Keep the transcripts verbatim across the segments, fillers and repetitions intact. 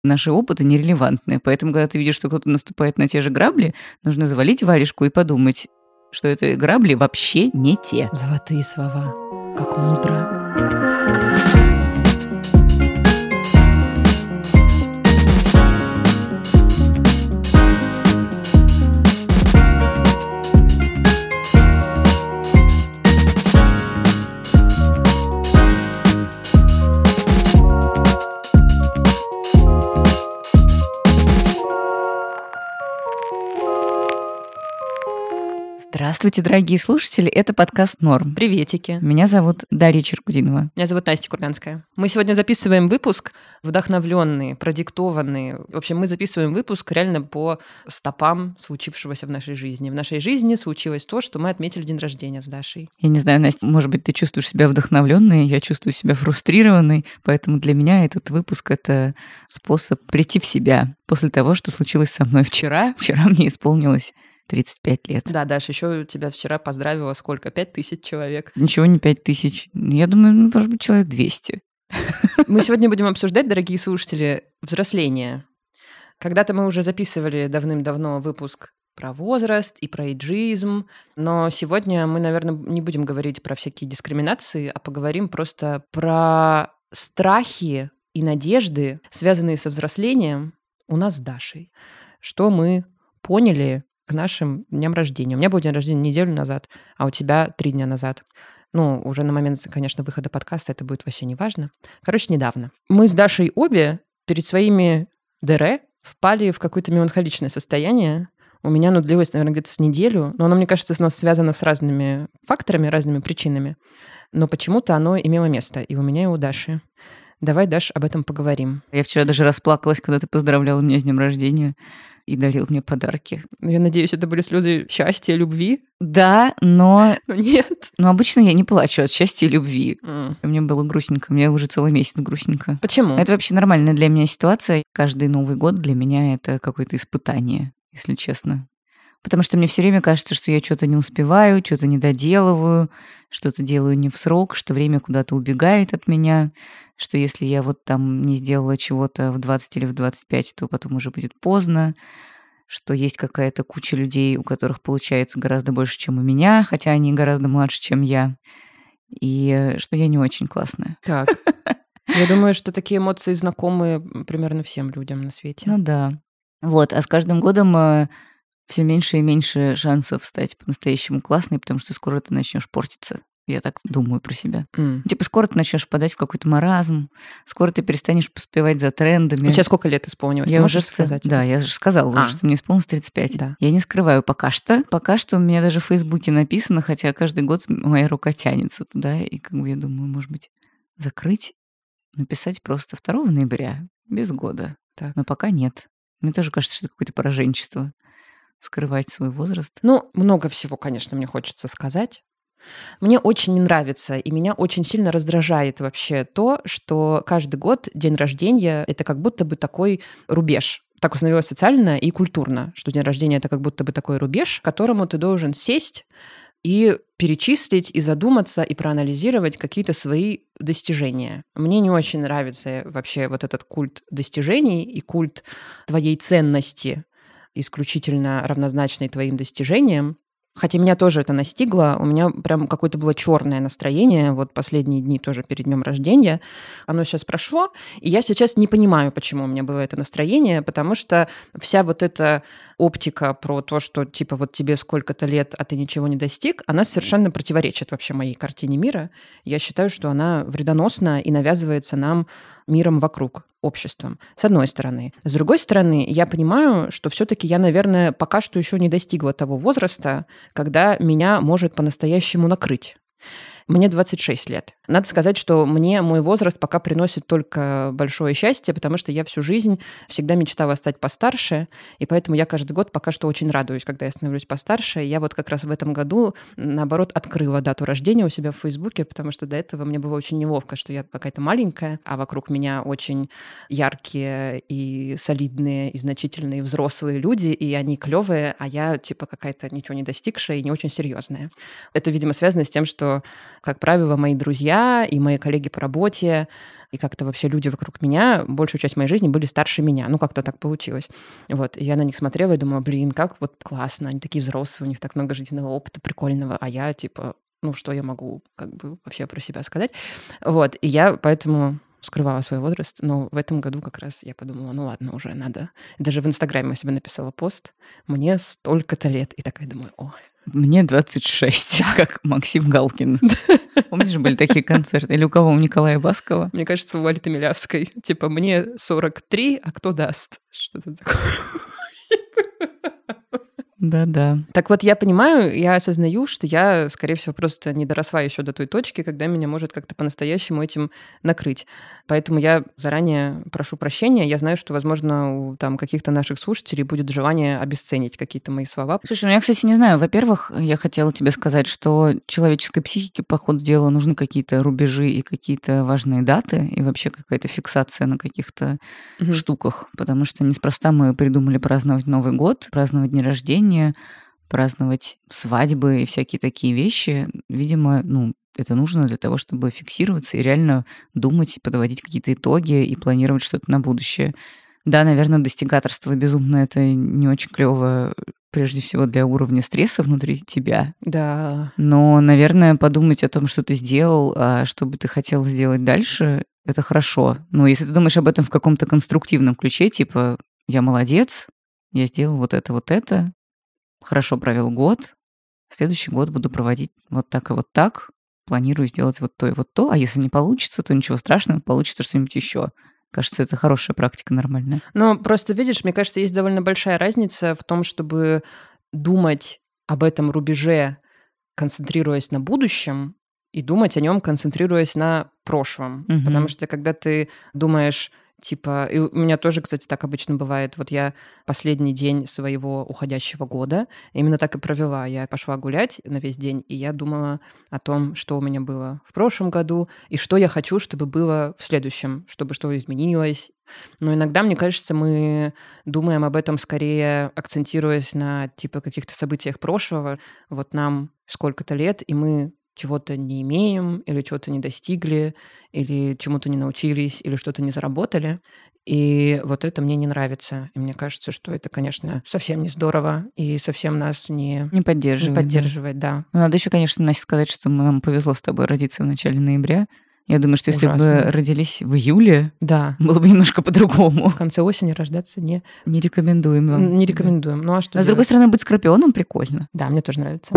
наши опыты нерелевантны. Поэтому, когда ты видишь, что кто-то наступает на те же грабли, нужно завалить варежку и подумать, что это грабли вообще не те. Золотые слова. Как мудро. Здравствуйте, дорогие слушатели, это подкаст «Норм». Приветики. Меня зовут Дарья Черкудинова. Меня зовут Настя Курганская. Мы сегодня записываем выпуск вдохновленный, продиктованный. В общем, мы записываем выпуск реально по стопам случившегося в нашей жизни. В нашей жизни случилось то, что мы отметили день рождения с Дашей. Я не знаю, Настя, может быть, ты чувствуешь себя вдохновленной, я чувствую себя фрустрированной, поэтому для меня этот выпуск — это способ прийти в себя после того, что случилось со мной вчера. Вчера мне исполнилось тридцать пять лет. Да, Даша, еще тебя вчера поздравила сколько? Пять тысяч человек? Ничего не пять тысяч. Я думаю, ну, может быть, человек двести. Мы сегодня будем обсуждать, дорогие слушатели, взросление. Когда-то мы уже записывали давным-давно выпуск про возраст и про эйджизм, но сегодня мы, наверное, не будем говорить про всякие дискриминации, а поговорим просто про страхи и надежды, связанные со взрослением у нас с Дашей. Что мы поняли к нашим дням рождения. У меня был день рождения неделю назад, а у тебя три дня назад. Ну, уже на момент, конечно, выхода подкаста это будет вообще не важно. Короче, недавно. Мы с Дашей обе перед своими ДР впали в какое-то меланхоличное состояние. У меня оно длилось, наверное, где-то с неделю, но оно, мне кажется, у нас связано с разными факторами, разными причинами. Но почему-то оно имело место и у меня, и у Даши. Давай, Даш, об этом поговорим. Я вчера даже расплакалась, когда ты поздравляла меня с днем рождения и дарил мне подарки. Я надеюсь, это были слезы счастья, любви? Да, но... Но нет. Но обычно я не плачу от счастья и любви. Mm. Мне было грустненько, мне уже целый месяц грустненько. Почему? Это вообще нормальная для меня ситуация. Каждый Новый год для меня это какое-то испытание, если честно. Потому что мне все время кажется, что я что-то не успеваю, что-то не доделываю, что-то делаю не в срок, что время куда-то убегает от меня, что если я вот там не сделала чего-то в двадцать или в двадцать пять, то потом уже будет поздно, что есть какая-то куча людей, у которых получается гораздо больше, чем у меня, хотя они гораздо младше, чем я, и что я не очень классная. Так. Я думаю, что такие эмоции знакомы примерно всем людям на свете. Ну да. Вот, а с каждым годом все меньше и меньше шансов стать по-настоящему классной, потому что скоро ты начнешь портиться. Я так думаю про себя. Mm. Типа скоро ты начнешь впадать в какой-то маразм, скоро ты перестанешь поспевать за трендами. У тебя сколько лет исполнилось? Я ты уже можешь сказать? Да, я же сказала а. уже, что мне исполнилось тридцать пять. Да. Я не скрываю пока что. Пока что у меня даже в Фейсбуке написано, хотя каждый год моя рука тянется туда, и как бы я думаю, может быть, закрыть, написать просто второго ноября, без года. Так. Но пока нет. Мне тоже кажется, что это какое-то пораженчество. Скрывать свой возраст? Ну, много всего, конечно, мне хочется сказать. Мне очень не нравится, и меня очень сильно раздражает вообще то, что каждый год день рождения — это как будто бы такой рубеж. Так установилось социально и культурно, что день рождения — это как будто бы такой рубеж, к которому ты должен сесть и перечислить, и задуматься, и проанализировать какие-то свои достижения. Мне не очень нравится вообще вот этот культ достижений и культ твоей ценности, исключительно равнозначный твоим достижениям. Хотя меня тоже это настигло, у меня прям какое-то было черное настроение, вот последние дни тоже перед днем рождения. Оно сейчас прошло, и я сейчас не понимаю, почему у меня было это настроение, потому что вся вот эта оптика про то, что типа вот тебе сколько-то лет, а ты ничего не достиг, она совершенно противоречит вообще моей картине мира. Я считаю, что она вредоносна и навязывается нам миром вокруг, обществом, с одной стороны. С другой стороны, я понимаю, что все-таки я, наверное, пока что еще не достигла того возраста, когда меня может по-настоящему накрыть. Мне двадцать шесть лет. Надо сказать, что мне мой возраст пока приносит только большое счастье, потому что я всю жизнь всегда мечтала стать постарше, и поэтому я каждый год пока что очень радуюсь, когда я становлюсь постарше. Я вот как раз в этом году, наоборот, открыла дату рождения у себя в Фейсбуке, потому что до этого мне было очень неловко, что я какая-то маленькая, а вокруг меня очень яркие и солидные, и значительные взрослые люди, и они клевые, а я типа какая-то ничего не достигшая и не очень серьезная. Это, видимо, связано с тем, что как правило, мои друзья и мои коллеги по работе, и как-то вообще люди вокруг меня, большую часть моей жизни были старше меня. Ну, как-то так получилось. Вот. И я на них смотрела и думала, блин, как вот классно, они такие взрослые, у них так много жизненного опыта прикольного, а я, типа, ну, что я могу как бы вообще про себя сказать? Вот. И я поэтому скрывала свой возраст, но в этом году как раз я подумала, ну ладно, уже надо. Даже в Инстаграме я себе написала пост, мне столько-то лет, и такая думаю, ой. Мне двадцать шесть, как Максим Галкин. Помнишь, были такие концерты? Или у кого? У Николая Баскова? Мне кажется, у Вальты Милявской. Типа, мне сорок три, а кто даст? Что-то такое. Да-да. Так вот, я понимаю, я осознаю, что я, скорее всего, просто не доросла еще до той точки, когда меня может как-то по-настоящему этим накрыть. Поэтому я заранее прошу прощения. Я знаю, что, возможно, у там, каких-то наших слушателей будет желание обесценить какие-то мои слова. Слушай, ну я, кстати, не знаю. Во-первых, я хотела тебе сказать, что человеческой психике, по ходу дела, нужны какие-то рубежи и какие-то важные даты, и вообще какая-то фиксация на каких-то угу. штуках. Потому что неспроста мы придумали праздновать Новый год, праздновать дни рождения, праздновать свадьбы и всякие такие вещи. Видимо, ну, это нужно для того, чтобы фиксироваться и реально думать, подводить какие-то итоги и планировать что-то на будущее. Да, наверное, достигаторство безумно это не очень клево, прежде всего для уровня стресса внутри тебя. Да. Но, наверное, подумать о том, что ты сделал, а что бы ты хотел сделать дальше, это хорошо. Но если ты думаешь об этом в каком-то конструктивном ключе, типа «я молодец, я сделал вот это, вот это», хорошо провел год, следующий год буду проводить вот так и вот так, планирую сделать вот то и вот то, а если не получится, то ничего страшного, получится что-нибудь еще. Кажется, это хорошая практика, нормальная. Но просто, видишь, мне кажется, есть довольно большая разница в том, чтобы думать об этом рубеже, концентрируясь на будущем, и думать о нем, концентрируясь на прошлом. Угу. Потому что когда ты думаешь... Типа, и у меня тоже, кстати, так обычно бывает. Вот я последний день своего уходящего года именно так и провела. Я пошла гулять на весь день, и я думала о том, что у меня было в прошлом году, и что я хочу, чтобы было в следующем, чтобы что изменилось. Но иногда, мне кажется, мы думаем об этом скорее, акцентируясь на типа каких-то событиях прошлого. Вот нам сколько-то лет, и мы чего-то не имеем, или чего-то не достигли, или чему-то не научились, или что-то не заработали. И вот это мне не нравится. И мне кажется, что это, конечно, совсем не здорово и совсем нас не, не поддерживает. Не поддерживает, да. да. Надо еще, конечно, Настя, сказать, что нам повезло с тобой родиться в начале ноября. Я думаю, что если Ужасно. бы родились в июле, да. было бы немножко по-другому. В конце осени рождаться не... Не рекомендуем вам. Не рекомендуем. Ну а что А с другой стороны, быть скорпионом прикольно. Да, мне тоже нравится.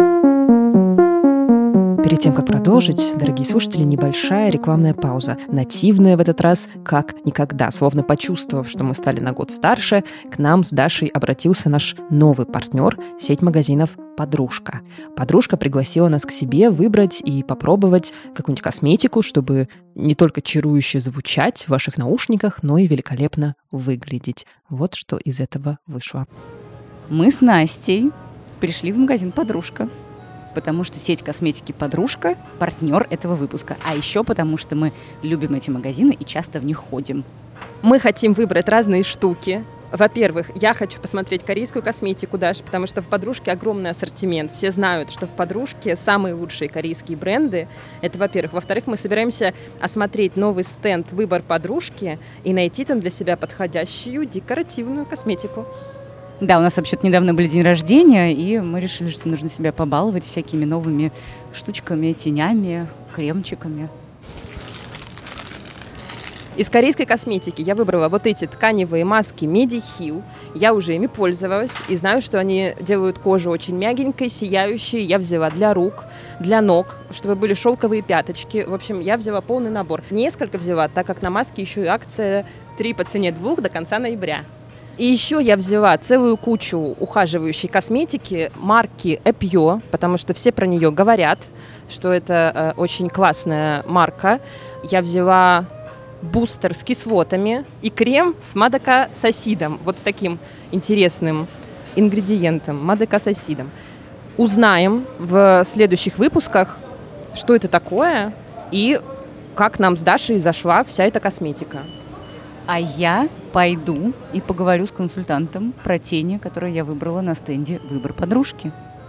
Перед тем, как продолжить, дорогие слушатели, небольшая рекламная пауза. Нативная в этот раз как никогда. Словно почувствовав, что мы стали на год старше, к нам с Дашей обратился наш новый партнер, сеть магазинов «Подружка». «Подружка» пригласила нас к себе выбрать и попробовать какую-нибудь косметику, чтобы не только чарующе звучать в ваших наушниках, но и великолепно выглядеть. Вот что из этого вышло. Мы с Настей пришли в магазин «Подружка», потому что сеть косметики «Подружка» – партнер этого выпуска. А еще потому, что мы любим эти магазины и часто в них ходим. Мы хотим выбрать разные штуки. Во-первых, я хочу посмотреть корейскую косметику, Даш, потому что в «Подружке» огромный ассортимент. Все знают, что в «Подружке» самые лучшие корейские бренды. Это, во-первых. Во-вторых, мы собираемся осмотреть новый стенд «Выбор Подружки» и найти там для себя подходящую декоративную косметику. Да, у нас вообще-то недавно был день рождения, и мы решили, что нужно себя побаловать всякими новыми штучками, тенями, кремчиками. Из корейской косметики я выбрала вот эти тканевые маски Mediheal. Я уже ими пользовалась и знаю, что они делают кожу очень мягенькой, сияющей. Я взяла для рук, для ног, чтобы были шелковые пяточки. В общем, я взяла полный набор. Несколько взяла, так как на маске еще и акция три по цене двух до конца ноября. И еще я взяла целую кучу ухаживающей косметики марки Epio, потому что все про нее говорят, что это э, очень классная марка. Я взяла бустер с кислотами и крем с мадокасасидом, вот с таким интересным ингредиентом, мадокасасидом. Узнаем в следующих выпусках, что это такое и как нам с Дашей зашла вся эта косметика. А я пойду и поговорю с консультантом про тени, которые я выбрала на стенде «Выбор Подружки».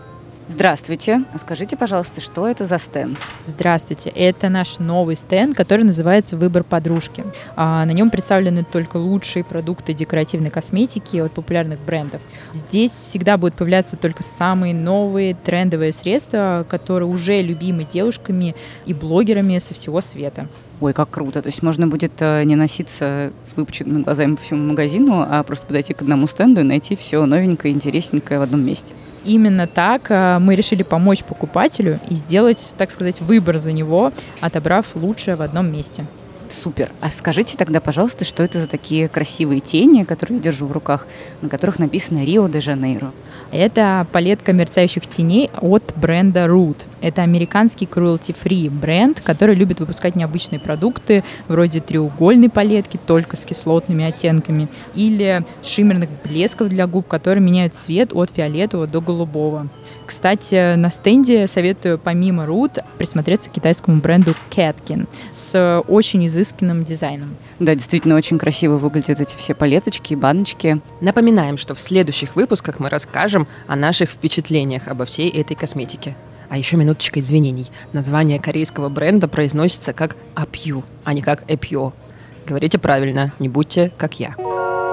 Здравствуйте. Скажите, пожалуйста, что это за стенд? Здравствуйте. Это наш новый стенд, который называется «Выбор подружки». А на нем представлены только лучшие продукты декоративной косметики от популярных брендов. Здесь всегда будут появляться только самые новые трендовые средства, которые уже любимы девушками и блогерами со всего света. Ой, как круто. То есть можно будет не носиться с выпученными глазами по всему магазину, а просто подойти к одному стенду и найти все новенькое, интересненькое в одном месте. Именно так мы решили помочь покупателю и сделать, так сказать, выбор за него, отобрав лучшее в одном месте. Супер. А скажите тогда, пожалуйста, что это за такие красивые тени, которые я держу в руках, на которых написано «Рио-де-Жанейро»? Это палетка мерцающих теней от бренда Root. Это американский cruelty-free бренд, который любит выпускать необычные продукты вроде треугольной палетки, только с кислотными оттенками, или шиммерных блесков для губ, которые меняют цвет от фиолетового до голубого. Кстати, на стенде советую помимо Root присмотреться к китайскому бренду Catkin с очень изысканным дизайном. Да, действительно, очень красиво выглядят эти все палеточки и баночки. Напоминаем, что в следующих выпусках мы расскажем о наших впечатлениях обо всей этой косметике. А еще минуточка извинений. Название корейского бренда произносится как «Апью», а не как «Эпьё». Говорите правильно, не будьте как я.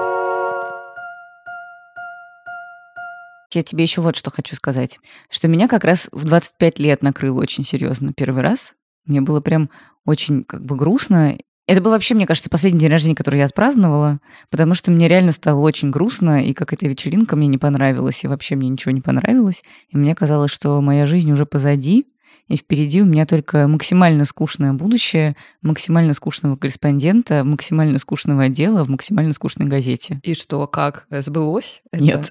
Я тебе еще вот что хочу сказать, что меня как раз в двадцать пять лет накрыло очень серьезно первый раз. Мне было прям очень как бы грустно. Это был вообще, мне кажется, последний день рождения, который я отпраздновала, потому что мне реально стало очень грустно, и как эта вечеринка мне не понравилась, и вообще мне ничего не понравилось. И мне казалось, что моя жизнь уже позади, и впереди у меня только максимально скучное будущее, максимально скучного корреспондента, максимально скучного отдела в максимально скучной газете. И что, как? Сбылось? Нет.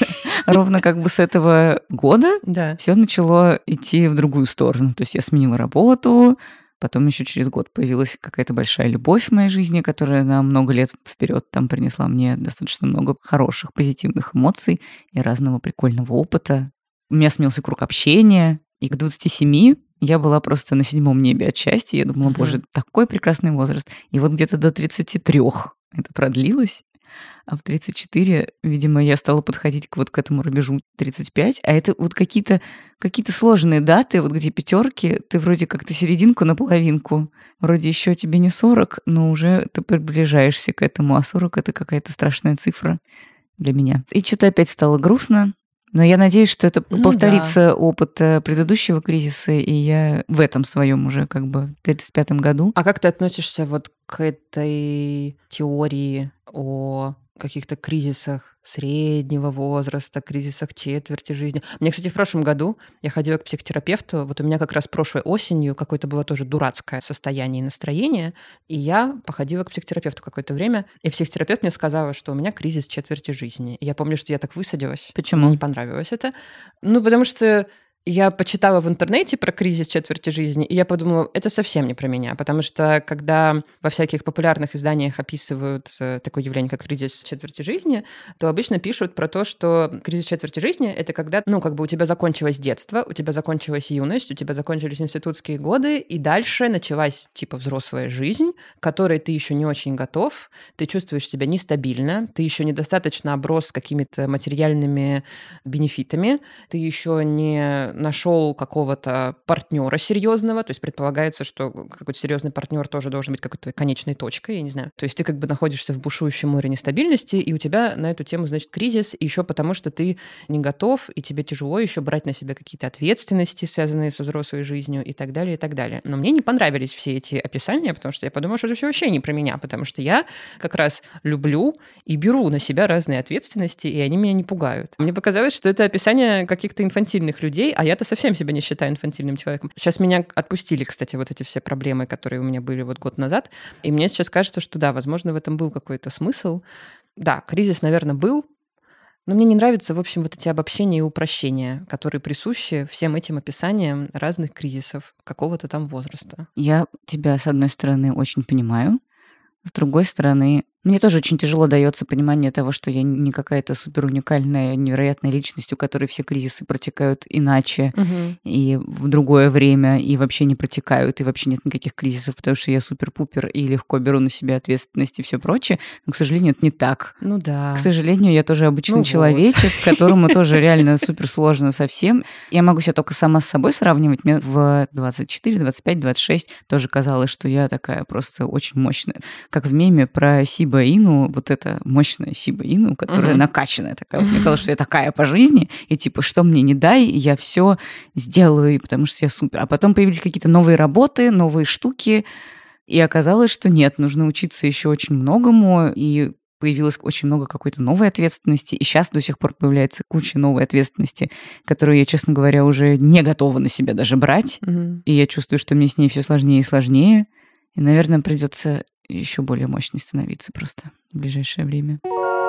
Ровно как бы с этого года Да. все начало идти в другую сторону. То есть я сменила работу, потом еще через год появилась какая-то большая любовь в моей жизни, которая на много лет вперед там принесла мне достаточно много хороших, позитивных эмоций и разного прикольного опыта. У меня сменился круг общения, и к двадцати семи я была просто на седьмом небе от счастья. Я думала, Мгм. боже, такой прекрасный возраст. И вот где-то до тридцати трёх это продлилось. А в тридцать четыре, видимо, я стала подходить к вот к этому рубежу тридцать пять, а это вот какие-то какие-то сложные даты, вот где пятерки, ты вроде как-то серединку на половинку, вроде еще тебе не сорок, но уже ты приближаешься к этому, а сорок это какая-то страшная цифра для меня. И что-то опять стало грустно, но я надеюсь, что это Ну повторится опыт э, предыдущего кризиса, и я в этом своем уже как бы в тридцать пятом году. А как ты относишься вот к этой теории о каких-то кризисах среднего возраста, кризисах четверти жизни? Мне, кстати, в прошлом году я ходила к психотерапевту. Вот у меня как раз прошлой осенью какое-то было тоже дурацкое состояние и настроение, и я походила к психотерапевту какое-то время, и психотерапевт мне сказала, что у меня кризис четверти жизни. И я помню, что я так высадилась. Почему? Мне не понравилось это. Ну, потому что я почитала в интернете про кризис четверти жизни, и я подумала, это совсем не про меня, потому что когда во всяких популярных изданиях описывают э, такое явление, как кризис четверти жизни, то обычно пишут про то, что кризис четверти жизни — это когда, ну, как бы у тебя закончилось детство, у тебя закончилась юность, у тебя закончились институтские годы, и дальше началась, типа, взрослая жизнь, к которой ты еще не очень готов, ты чувствуешь себя нестабильно, ты еще недостаточно оброс какими-то материальными бенефитами, ты еще не нашел какого-то партнера серьезного, то есть предполагается, что какой-то серьезный партнер тоже должен быть какой-то конечной точкой, я не знаю. То есть ты как бы находишься в бушующем море нестабильности, и у тебя на эту тему, значит, кризис, еще потому что ты не готов, и тебе тяжело еще брать на себя какие-то ответственности, связанные со взрослой жизнью, и так далее, и так далее. Но мне не понравились все эти описания, потому что я подумала, что это все вообще не про меня, потому что я как раз люблю и беру на себя разные ответственности, и они меня не пугают. Мне показалось, что это описание каких-то инфантильных людей, а я-то совсем себя не считаю инфантильным человеком. Сейчас меня отпустили, кстати, вот эти все проблемы, которые у меня были вот год назад. И мне сейчас кажется, что да, возможно, в этом был какой-то смысл. Да, кризис, наверное, был, но мне не нравятся, в общем, вот эти обобщения и упрощения, которые присущи всем этим описаниям разных кризисов какого-то там возраста. Я тебя, с одной стороны, очень понимаю, с другой стороны, Мне тоже очень тяжело дается понимание того, что я не какая-то супер уникальная, невероятная личность, у которой все кризисы протекают иначе Мгм. и в другое время, и вообще не протекают, и вообще нет никаких кризисов, потому что я супер-пупер и легко беру на себя ответственность и все прочее. Но, к сожалению, это не так. Ну да. К сожалению, я тоже обычный Ну человечек, которому тоже реально супер сложно совсем. Я могу себя только сама с собой сравнивать. Мне в двадцать четыре, двадцать пять, двадцать шесть тоже казалось, что я такая просто очень мощная. Как в меме про Сиба Ину, вот эта мощная Сиба Ину, которая Мгм. накачанная такая. Вот мне казалось, что я такая по жизни, и типа, что мне не дай, я все сделаю, и потому что я супер. А потом появились какие-то новые работы, новые штуки, и оказалось, что нет, нужно учиться еще очень многому, и появилось очень много какой-то новой ответственности, и сейчас до сих пор появляется куча новой ответственности, которую я, честно говоря, уже не готова на себя даже брать, Мгм. и я чувствую, что мне с ней все сложнее и сложнее, и, наверное, придется еще более мощной становиться просто в ближайшее время.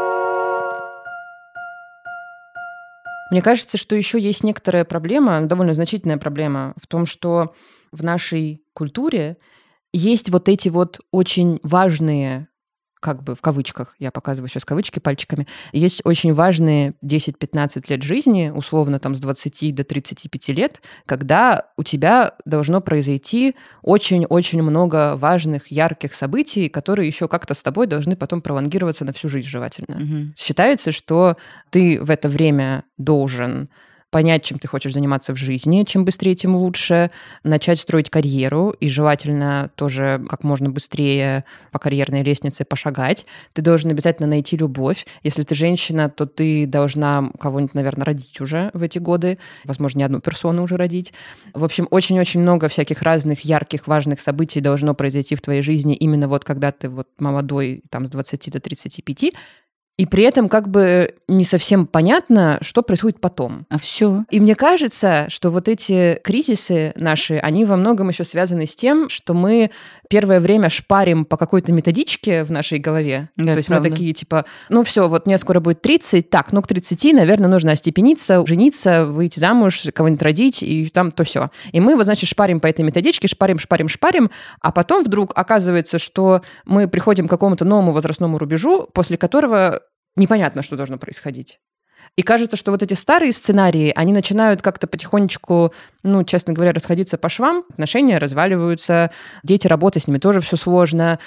Мне кажется, что еще есть некоторая проблема, довольно значительная проблема в том, что в нашей культуре есть вот эти вот очень важные, как бы в кавычках, я показываю сейчас кавычки пальчиками, есть очень важные десять-пятнадцать лет жизни, условно там с двадцати до тридцати пяти лет, когда у тебя должно произойти очень-очень много важных, ярких событий, которые еще как-то с тобой должны потом пролонгироваться на всю жизнь желательно. Мгм. Считается, что ты в это время должен понять, чем ты хочешь заниматься в жизни, чем быстрее, тем лучше, начать строить карьеру и желательно тоже как можно быстрее по карьерной лестнице пошагать. Ты должен обязательно найти любовь. Если ты женщина, то ты должна кого-нибудь, наверное, родить уже в эти годы, возможно, не одну персону уже родить. В общем, очень-очень много всяких разных ярких, важных событий должно произойти в твоей жизни именно вот когда ты вот молодой, там, с двадцати до тридцати пяти. И при этом как бы не совсем понятно, что происходит потом. А все. И мне кажется, что вот эти кризисы наши, они во многом еще связаны с тем, что мы первое время шпарим по какой-то методичке в нашей голове. Да, То это есть правда. мы такие, типа, ну все, вот мне скоро будет тридцать, так, ну к тридцати, наверное, нужно остепениться, жениться, выйти замуж, кого-нибудь родить, и там то все. И мы вот, значит, шпарим по этой методичке, шпарим, шпарим, шпарим, а потом вдруг оказывается, что мы приходим к какому-то новому возрастному рубежу, после которого непонятно, что должно происходить. И кажется, что вот эти старые сценарии, они начинают как-то потихонечку, ну, честно говоря, расходиться по швам. Отношения разваливаются, дети, работа, с ними тоже все сложно.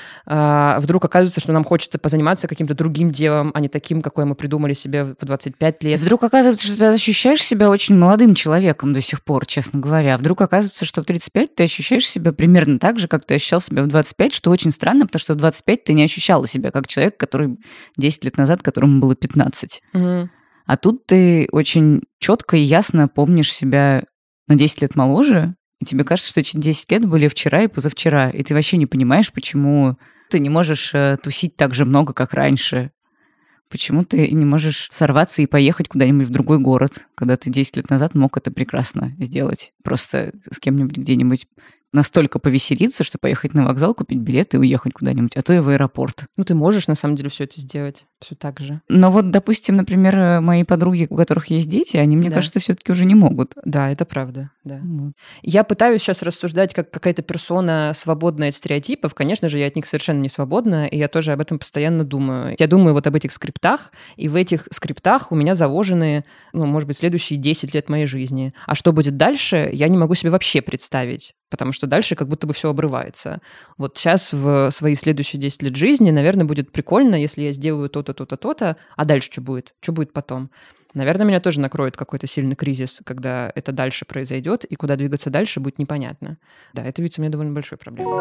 А вдруг оказывается, что нам хочется позаниматься каким-то другим делом, а не таким, какое мы придумали себе в двадцать пять лет. Вдруг оказывается, что ты ощущаешь себя очень молодым человеком до сих пор, честно говоря. Вдруг оказывается, что в тридцать пять ты ощущаешь себя примерно так же, как ты ощущал себя в двадцать пять, что очень странно, потому что в двадцать пять ты не ощущала себя как человек, который десять лет назад, которому было пятнадцать. Мгм. А тут ты очень четко и ясно помнишь себя на десять лет моложе, и тебе кажется, что эти десять лет были вчера и позавчера, и ты вообще не понимаешь, почему ты не можешь э, тусить так же много, как раньше. Почему ты не можешь сорваться и поехать куда-нибудь в другой город, когда ты десять лет назад мог это прекрасно сделать? Просто с кем-нибудь где-нибудь настолько повеселиться, что поехать на вокзал, купить билеты и уехать куда-нибудь, а то и в аэропорт. Ну, ты можешь, на самом деле, все это сделать. Все так же. Но вот, допустим, например, мои подруги, у которых есть дети, они, мне Да. кажется, все-таки уже не могут. Да, это правда, да. Вот. Я пытаюсь сейчас рассуждать как какая-то персона, свободная от стереотипов. Конечно же, я от них совершенно не свободна, и я тоже об этом постоянно думаю. Я думаю вот об этих скриптах, и в этих скриптах у меня заложены, ну, может быть, следующие десять лет моей жизни. А что будет дальше, я не могу себе вообще представить, потому что дальше как будто бы все обрывается. Вот сейчас в свои следующие десять лет жизни, наверное, будет прикольно, если я сделаю то-то, то-то, то-то, а дальше что будет? Что будет потом? Наверное, меня тоже накроет какой-то сильный кризис, когда это дальше произойдет, и куда двигаться дальше будет непонятно. Да, это видится мне довольно большой проблемой.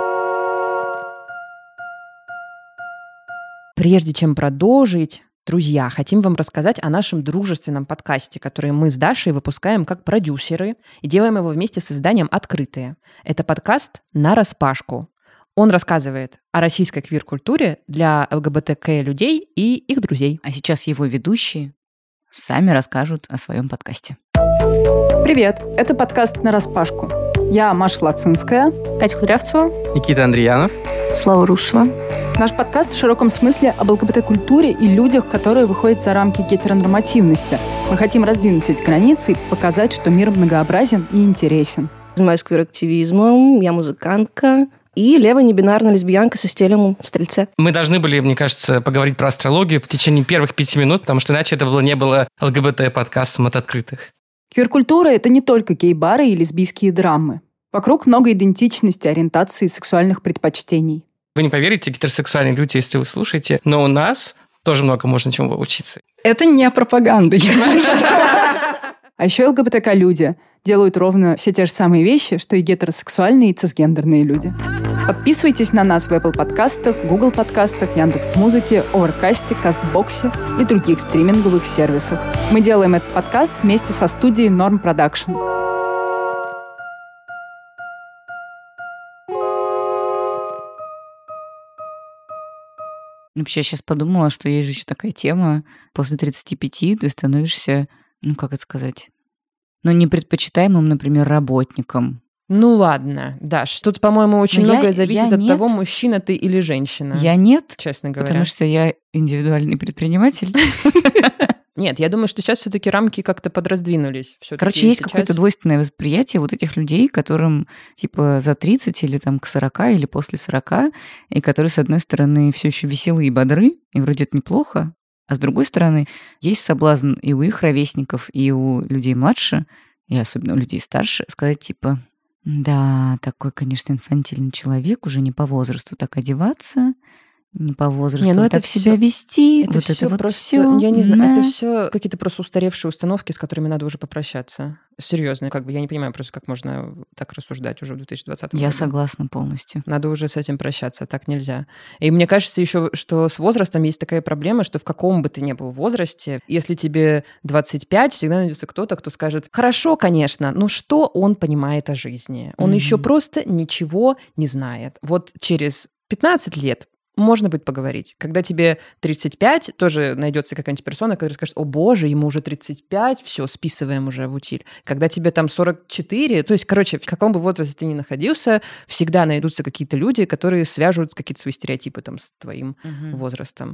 Прежде чем продолжить, друзья, хотим вам рассказать о нашем дружественном подкасте, который мы с Дашей выпускаем как продюсеры и делаем его вместе с изданием «Открытые». Это подкаст «Нараспашку». Он рассказывает о российской квир-культуре для ЛГБТК-людей и их друзей. А сейчас его ведущие сами расскажут о своем подкасте. Привет, это подкаст «Нараспашку». Я Маша Лацинская. Катя Кудрявцева. Никита Андреянов. Слава Русова. Наш подкаст в широком смысле об ЛГБТ-культуре и людях, которые выходят за рамки гетеронормативности. Мы хотим раздвинуть эти границы и показать, что мир многообразен и интересен. Занимаюсь квир-активизмом, я музыкантка, И левая небинарная лесбиянка со стелем в Стрельце. Мы должны были, мне кажется, поговорить про астрологию в течение первых пяти минут, потому что иначе это было, не было ЛГБТ-подкастом от открытых. Квир-культура – это не только гей-бары и лесбийские драмы. Вокруг много идентичности, ориентации и сексуальных предпочтений. Вы не поверите, гетеросексуальные люди, если вы слушаете, но у нас тоже много можно чему учиться. Это не пропаганда, если что. А еще ЛГБТК-люди делают ровно все те же самые вещи, что и гетеросексуальные и цисгендерные люди. Подписывайтесь на нас в Apple подкастах, Google подкастах, Яндекс.Музыке, Overcast, Кастбоксе и других стриминговых сервисах. Мы делаем этот подкаст вместе со студией Norm Production. Вообще, я сейчас подумала, что есть же еще такая тема. После тридцати пяти ты становишься, ну, как это сказать, ну, непредпочитаемым, например, работником. Ну ладно, Даш, тут, по-моему, очень Но многое я- зависит я от нет. того, мужчина ты или женщина. Я нет, честно говоря. потому что я индивидуальный предприниматель. Нет, я думаю, что сейчас все-таки рамки как-то подраздвинулись. Всё-таки Короче, есть сейчас- какое-то двойственное восприятие вот этих людей, которым типа за тридцать или там к сорока или после сорока, и которые, с одной стороны, все еще веселые и бодры, и вроде это неплохо, а с другой стороны, есть соблазн и у их ровесников, и у людей младше, и особенно у людей старше, сказать типа, да, такой, конечно, инфантильный человек, уже не по возрасту так одеваться, не по возрасту Не, ну вот это так всё- себя вести, Это вот все это вот просто, всё, я не знаю, да. это все какие-то просто устаревшие установки, с которыми надо уже попрощаться. Серьезно, как бы я не понимаю просто, как можно так рассуждать уже в две тысячи двадцатом Я году. согласна полностью. Надо уже с этим прощаться, так нельзя. И мне кажется еще, что с возрастом есть такая проблема, что в каком бы ты ни был возрасте, если тебе двадцать пять, всегда найдется кто-то, кто скажет, хорошо, конечно, но что он понимает о жизни? Он Мгм. еще просто ничего не знает. Вот через пятнадцать лет можно будет поговорить. Когда тебе тридцать пять, тоже найдется какая-нибудь персона, которая скажет, о боже, ему уже тридцать пять, все, списываем уже в утиль. Когда тебе там сорок четыре, то есть, короче, в каком бы возрасте ты ни находился, всегда найдутся какие-то люди, которые свяжут какие-то свои стереотипы там с твоим Мгм. возрастом.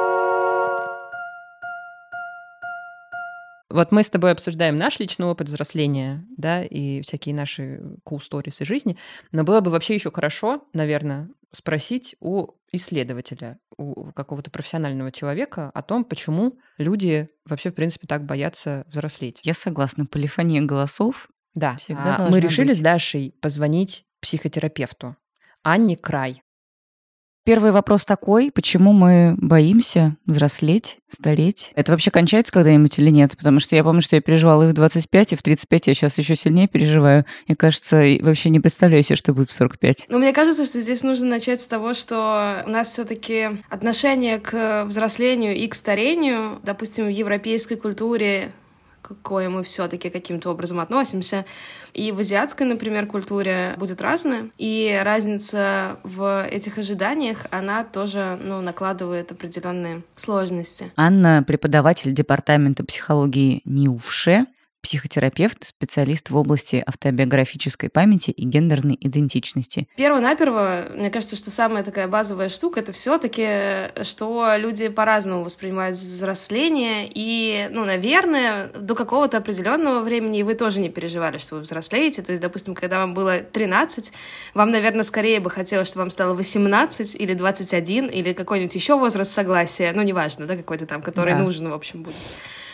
Вот мы с тобой обсуждаем наш личный опыт взросления, да, и всякие наши cool stories из жизни, но было бы вообще еще хорошо, наверное, спросить у исследователя, у какого-то профессионального человека о том, почему люди вообще, в принципе, так боятся взрослеть. Я согласна, полифония голосов. Да, всегда а, должна мы решили быть. с Дашей позвонить психотерапевту Анне Край. Первый вопрос такой, почему мы боимся взрослеть, стареть? Это вообще кончается когда-нибудь или нет? Потому что я помню, что я переживала и в двадцать пять, и в тридцать пять, я сейчас еще сильнее переживаю. И, кажется, и вообще не представляю себе, что будет в сорок пять. Ну, мне кажется, что здесь нужно начать с того, что у нас все-таки отношение к взрослению и к старению, допустим, в европейской культуре, к какой мы все-таки каким-то образом относимся, и в азиатской, например, культуре будет разное, и разница в этих ожиданиях, она тоже, ну, накладывает определенные сложности. Анна — преподаватель департамента психологии НИУФШЕ, психотерапевт, специалист в области автобиографической памяти и гендерной идентичности. Перво-наперво, мне кажется, что самая такая базовая штука — это все-таки, что люди по-разному воспринимают взросление, и, ну, наверное, до какого-то определенного времени и вы тоже не переживали, что вы взрослеете. То есть, допустим, когда вам было тринадцать, вам, наверное, скорее бы хотелось, чтобы вам стало восемнадцать или двадцать один, или какой-нибудь еще возраст согласия, ну, неважно, да, какой-то там, который Да. нужен, в общем, будет.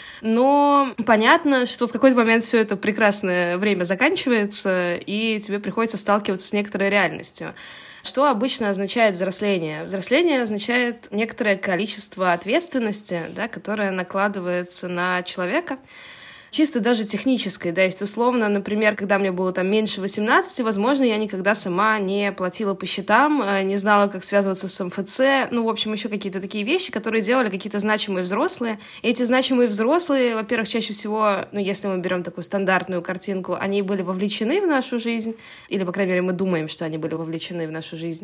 Но понятно, что в какой-то момент все это прекрасное время заканчивается, и тебе приходится сталкиваться с некоторой реальностью. Что обычно означает взросление? Взросление означает некоторое количество ответственности, да, которое накладывается на человека. Чисто даже технической, да, есть условно, например, когда мне было там меньше восемнадцати, возможно, я никогда сама не платила по счетам, не знала, как связываться с эм эф цэ, ну, в общем, еще какие-то такие вещи, которые делали какие-то значимые взрослые. И эти значимые взрослые, во-первых, чаще всего, ну, если мы берем такую стандартную картинку, они были вовлечены в нашу жизнь, или, по крайней мере, мы думаем, что они были вовлечены в нашу жизнь.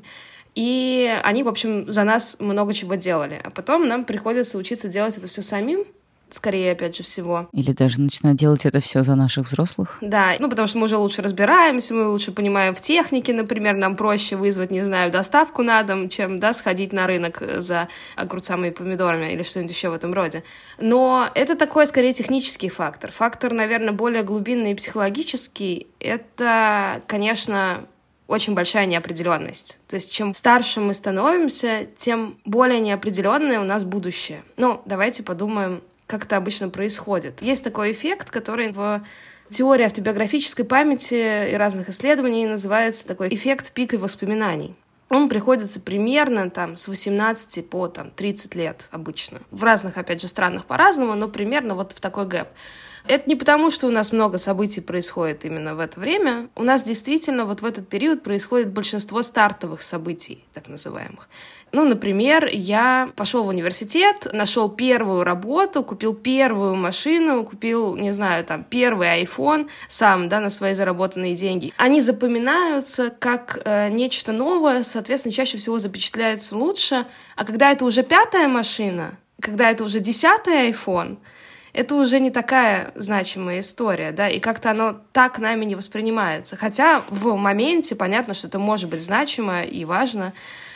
И они, в общем, за нас много чего делали. А потом нам приходится учиться делать это все самим, скорее, опять же, всего. Или даже начинать делать это все за наших взрослых. Да, ну потому что мы уже лучше разбираемся, мы лучше понимаем в технике, например, нам проще вызвать, не знаю, доставку на дом, чем, да, сходить на рынок за огурцами и помидорами или что-нибудь еще в этом роде. Но это такой, скорее, технический фактор. Фактор, наверное, более глубинный и психологический. Это, конечно, очень большая неопределенность. То есть чем старше мы становимся, тем более неопределенное у нас будущее. Ну, давайте подумаем, как это обычно происходит. Есть такой эффект, который в теории автобиографической памяти и разных исследований называется такой эффект пика воспоминаний. Он приходится примерно там, с восемнадцати по там, тридцать лет обычно. В разных, опять же, странах по-разному, но примерно вот в такой гэп. Это не потому, что у нас много событий происходит именно в это время. У нас действительно вот в этот период происходит большинство стартовых событий, так называемых. Ну, например, я пошел в университет, нашел первую работу, купил первую машину, купил, не знаю, там, первый айфон сам, да, на свои заработанные деньги. Они запоминаются как э, нечто новое, соответственно, чаще всего запечатляются лучше. А когда это уже пятая машина, когда это уже десятый айфон, это уже не такая значимая история, да, и как-то оно так нами не воспринимается. Хотя в моменте понятно, что это может быть значимо и важно,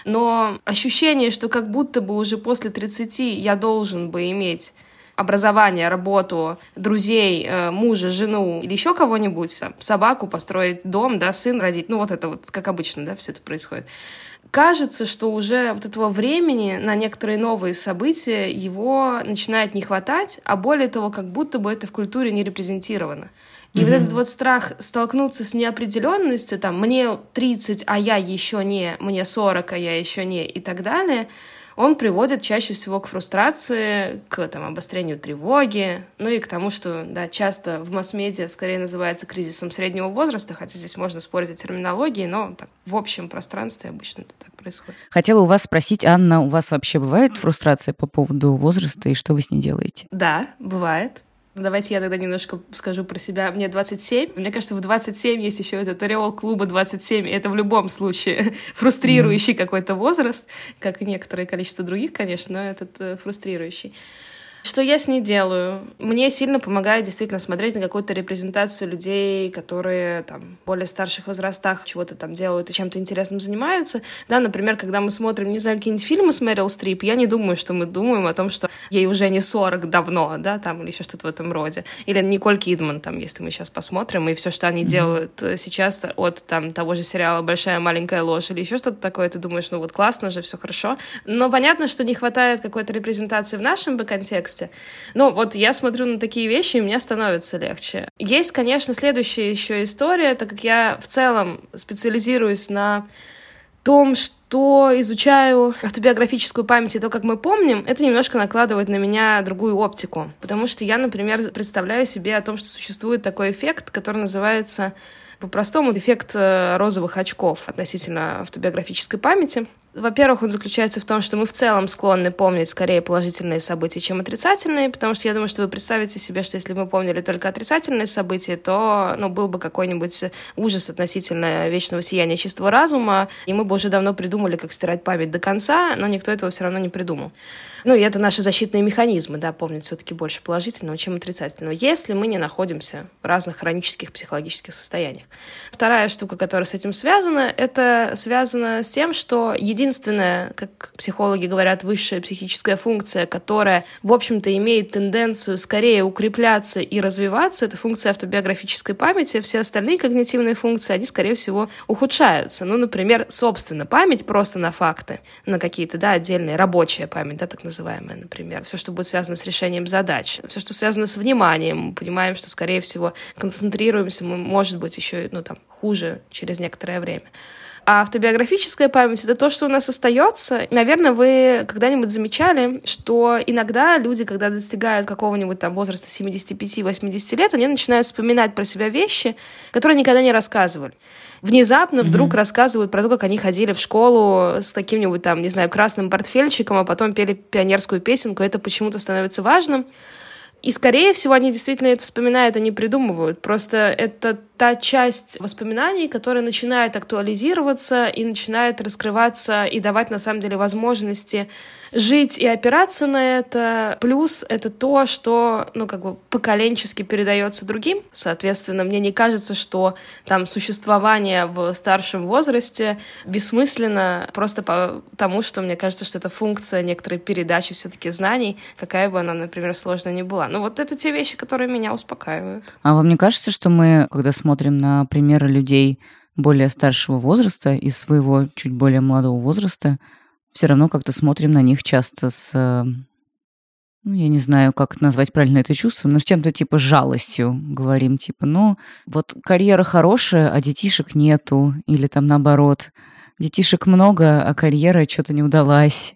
но ощущение, что как будто бы уже после тридцати я должен бы иметь образование, работу, друзей, мужа, жену или еще кого-нибудь, там, собаку, построить дом, да, сын родить, ну вот это вот, как обычно, да, все это происходит. Кажется, что уже вот этого времени на некоторые новые события его начинает не хватать, а более того, как будто бы это в культуре не репрезентировано. И mm-hmm. вот этот вот страх столкнуться с неопределенностью, там, мне тридцать, а я еще не, мне сорок, а я еще не, и так далее, он приводит чаще всего к фрустрации, к там, обострению тревоги, ну и к тому, что да, часто в масс-медиа скорее называется кризисом среднего возраста, хотя здесь можно спорить о терминологии, но так, в общем пространстве обычно это так происходит. Хотела у вас спросить, Анна, у вас вообще бывает фрустрация по поводу возраста, и что вы с ней делаете? Да, бывает. Давайте я тогда немножко скажу про себя. Мне двадцать семь. Мне кажется, в двадцать семь есть еще этот ореол клуба двадцать семь. И это в любом случае фрустрирующий mm. какой-то возраст, как и некоторое количество других, конечно, но этот э, фрустрирующий. Что я с ней делаю? Мне сильно помогает действительно смотреть на какую-то репрезентацию людей, которые там в более старших возрастах чего-то там делают и чем-то интересным занимаются. Да, например, когда мы смотрим, не знаю, какие-нибудь фильмы с Мэрил Стрип, я не думаю, что мы думаем о том, что ей уже не сорок давно, да, там, или еще что-то в этом роде. Или Николь Кидман, там, если мы сейчас посмотрим, и все, что они mm-hmm. делают сейчас от там, того же сериала «Большая маленькая ложь» или еще что-то такое, ты думаешь, ну вот классно же, все хорошо. Но понятно, что не хватает какой-то репрезентации в нашем бы контексте. Ну, вот я смотрю на такие вещи, и мне становится легче. Есть, конечно, следующая еще история, так как я в целом специализируюсь на том, что изучаю автобиографическую память и то, как мы помним, это немножко накладывает на меня другую оптику. Потому что я, например, представляю себе о том, что существует такой эффект, который называется по-простому эффект розовых очков относительно автобиографической памяти. Во-первых, он заключается в том, что мы в целом склонны помнить скорее положительные события, чем отрицательные, потому что я думаю, что вы представите себе, что если бы мы помнили только отрицательные события, то ну, был бы какой-нибудь ужас относительно вечного сияния чистого разума, и мы бы уже давно придумали, как стирать память до конца, но никто этого все равно не придумал. Ну, и это наши защитные механизмы, да, помнить все-таки больше положительного, чем отрицательного, если мы не находимся в разных хронических психологических состояниях. Вторая штука, которая с этим связана, это связано с тем, что единственная, как психологи говорят, высшая психическая функция, которая, в общем-то, имеет тенденцию скорее укрепляться и развиваться, это функция автобиографической памяти. Все остальные когнитивные функции, они, скорее всего, ухудшаются. Ну, например, собственно, память просто на факты, на какие-то, да, отдельные, рабочая память, да, так называемая, например. Все, что будет связано с решением задач, все, что связано с вниманием. Мы понимаем, что, скорее всего, концентрируемся мы, может быть, еще, ну, там, хуже через некоторое время. А автобиографическая память — это то, что у нас остается. Наверное, вы когда-нибудь замечали, что иногда люди, когда достигают какого-нибудь там возраста семидесяти пяти - восьмидесяти лет, они начинают вспоминать про себя вещи, которые никогда не рассказывали. Внезапно вдруг mm-hmm. рассказывают про то, как они ходили в школу с каким-нибудь там, не знаю, красным портфельчиком, а потом пели пионерскую песенку, это почему-то становится важным. И, скорее всего, они действительно это вспоминают, они придумывают. Просто это та часть воспоминаний, которая начинает актуализироваться и начинает раскрываться и давать, на самом деле, возможности жить и опираться на это. Плюс это то, что, ну, как бы поколенчески передается другим. Соответственно, мне не кажется, что там существование в старшем возрасте бессмысленно просто потому, что мне кажется, что это функция некоторой передачи все-таки знаний, какая бы она, например, сложная ни была. Ну, вот это те вещи, которые меня успокаивают. А вам не кажется, что мы, когда смотрим на примеры людей, более старшего возраста, из своего чуть более молодого возраста, все равно как-то смотрим на них часто с, ну, я не знаю, как назвать правильно это чувство, но с чем-то типа жалостью говорим, типа, ну, вот карьера хорошая, а детишек нету, или там наоборот, детишек много, а карьера что-то не удалась.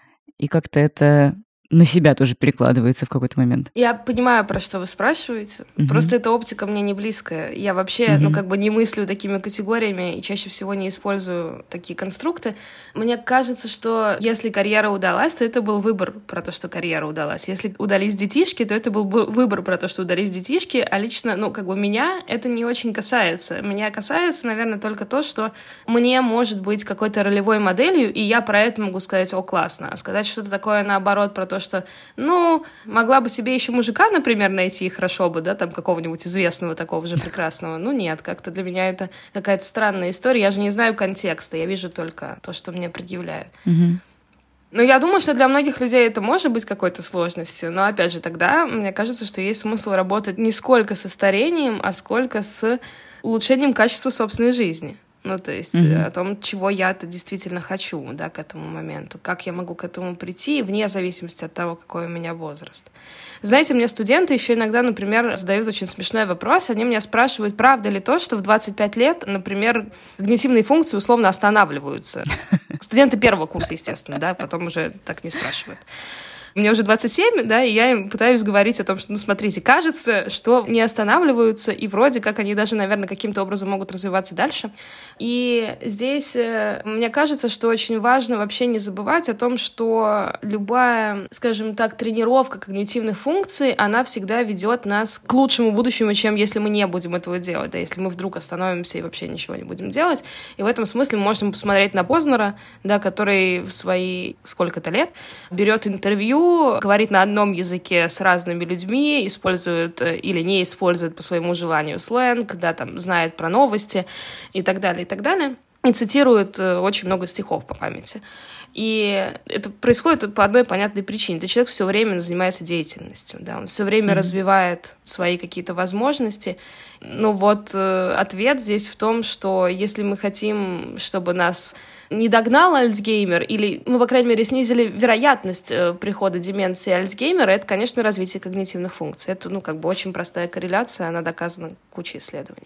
И как-то это на себя тоже перекладывается в какой-то момент. Я понимаю, про что вы спрашиваете. Мгм. Просто эта оптика мне не близкая. Я вообще, Мгм. ну, как бы не мыслю такими категориями и чаще всего не использую такие конструкты. Мне кажется, что если карьера удалась, то это был выбор про то, что карьера удалась. Если удались детишки, то это был бы выбор про то, что удались детишки. А лично, ну, как бы меня это не очень касается. Меня касается, наверное, только то, что мне может быть какой-то ролевой моделью, и я про это могу сказать: о, классно. А сказать что-то такое наоборот про то, что, ну, могла бы себе еще мужика, например, найти, и хорошо бы, да, там, какого-нибудь известного такого же прекрасного. Ну, нет, как-то для меня это какая-то странная история. Я же не знаю контекста, я вижу только то, что мне предъявляют. Мгм. Ну, я думаю, что для многих людей это может быть какой-то сложностью, но, опять же, тогда мне кажется, что есть смысл работать не сколько со старением, а сколько с улучшением качества собственной жизни. Ну, то есть Мгм. о том, чего я-то действительно хочу, да, к этому моменту, как я могу к этому прийти, вне зависимости от того, какой у меня возраст. Знаете, мне студенты еще иногда, например, задают очень смешной вопрос. Они меня спрашивают, правда ли то, что в двадцать пять лет, например, когнитивные функции условно останавливаются. Студенты первого курса, естественно, да, потом уже так не спрашивают. Мне уже двадцать семь, да, и я им пытаюсь говорить о том, что, ну, смотрите, кажется, что не останавливаются, и вроде как они даже, наверное, каким-то образом могут развиваться дальше. И здесь э, мне кажется, что очень важно вообще не забывать о том, что любая, скажем так, тренировка когнитивных функций, она всегда ведет нас к лучшему будущему, чем если мы не будем этого делать, да, если мы вдруг остановимся и вообще ничего не будем делать. И в этом смысле мы можем посмотреть на Познера, да, который в свои сколько-то лет берет интервью, говорит на одном языке с разными людьми, использует э, или не использует по своему желанию сленг, да, там, знает про новости и так далее, и так далее, и цитирует э, очень много стихов по памяти. И это происходит по одной понятной причине. Этот человек все время занимается деятельностью, да, он все время mm-hmm. развивает свои какие-то возможности. Ну вот э, ответ здесь в том, что если мы хотим, чтобы нас не догнал Альцгеймер, или мы, по крайней мере, снизили вероятность э, прихода деменции Альцгеймера, это, конечно, развитие когнитивных функций. Это, ну, как бы очень простая корреляция, она доказана кучей исследований.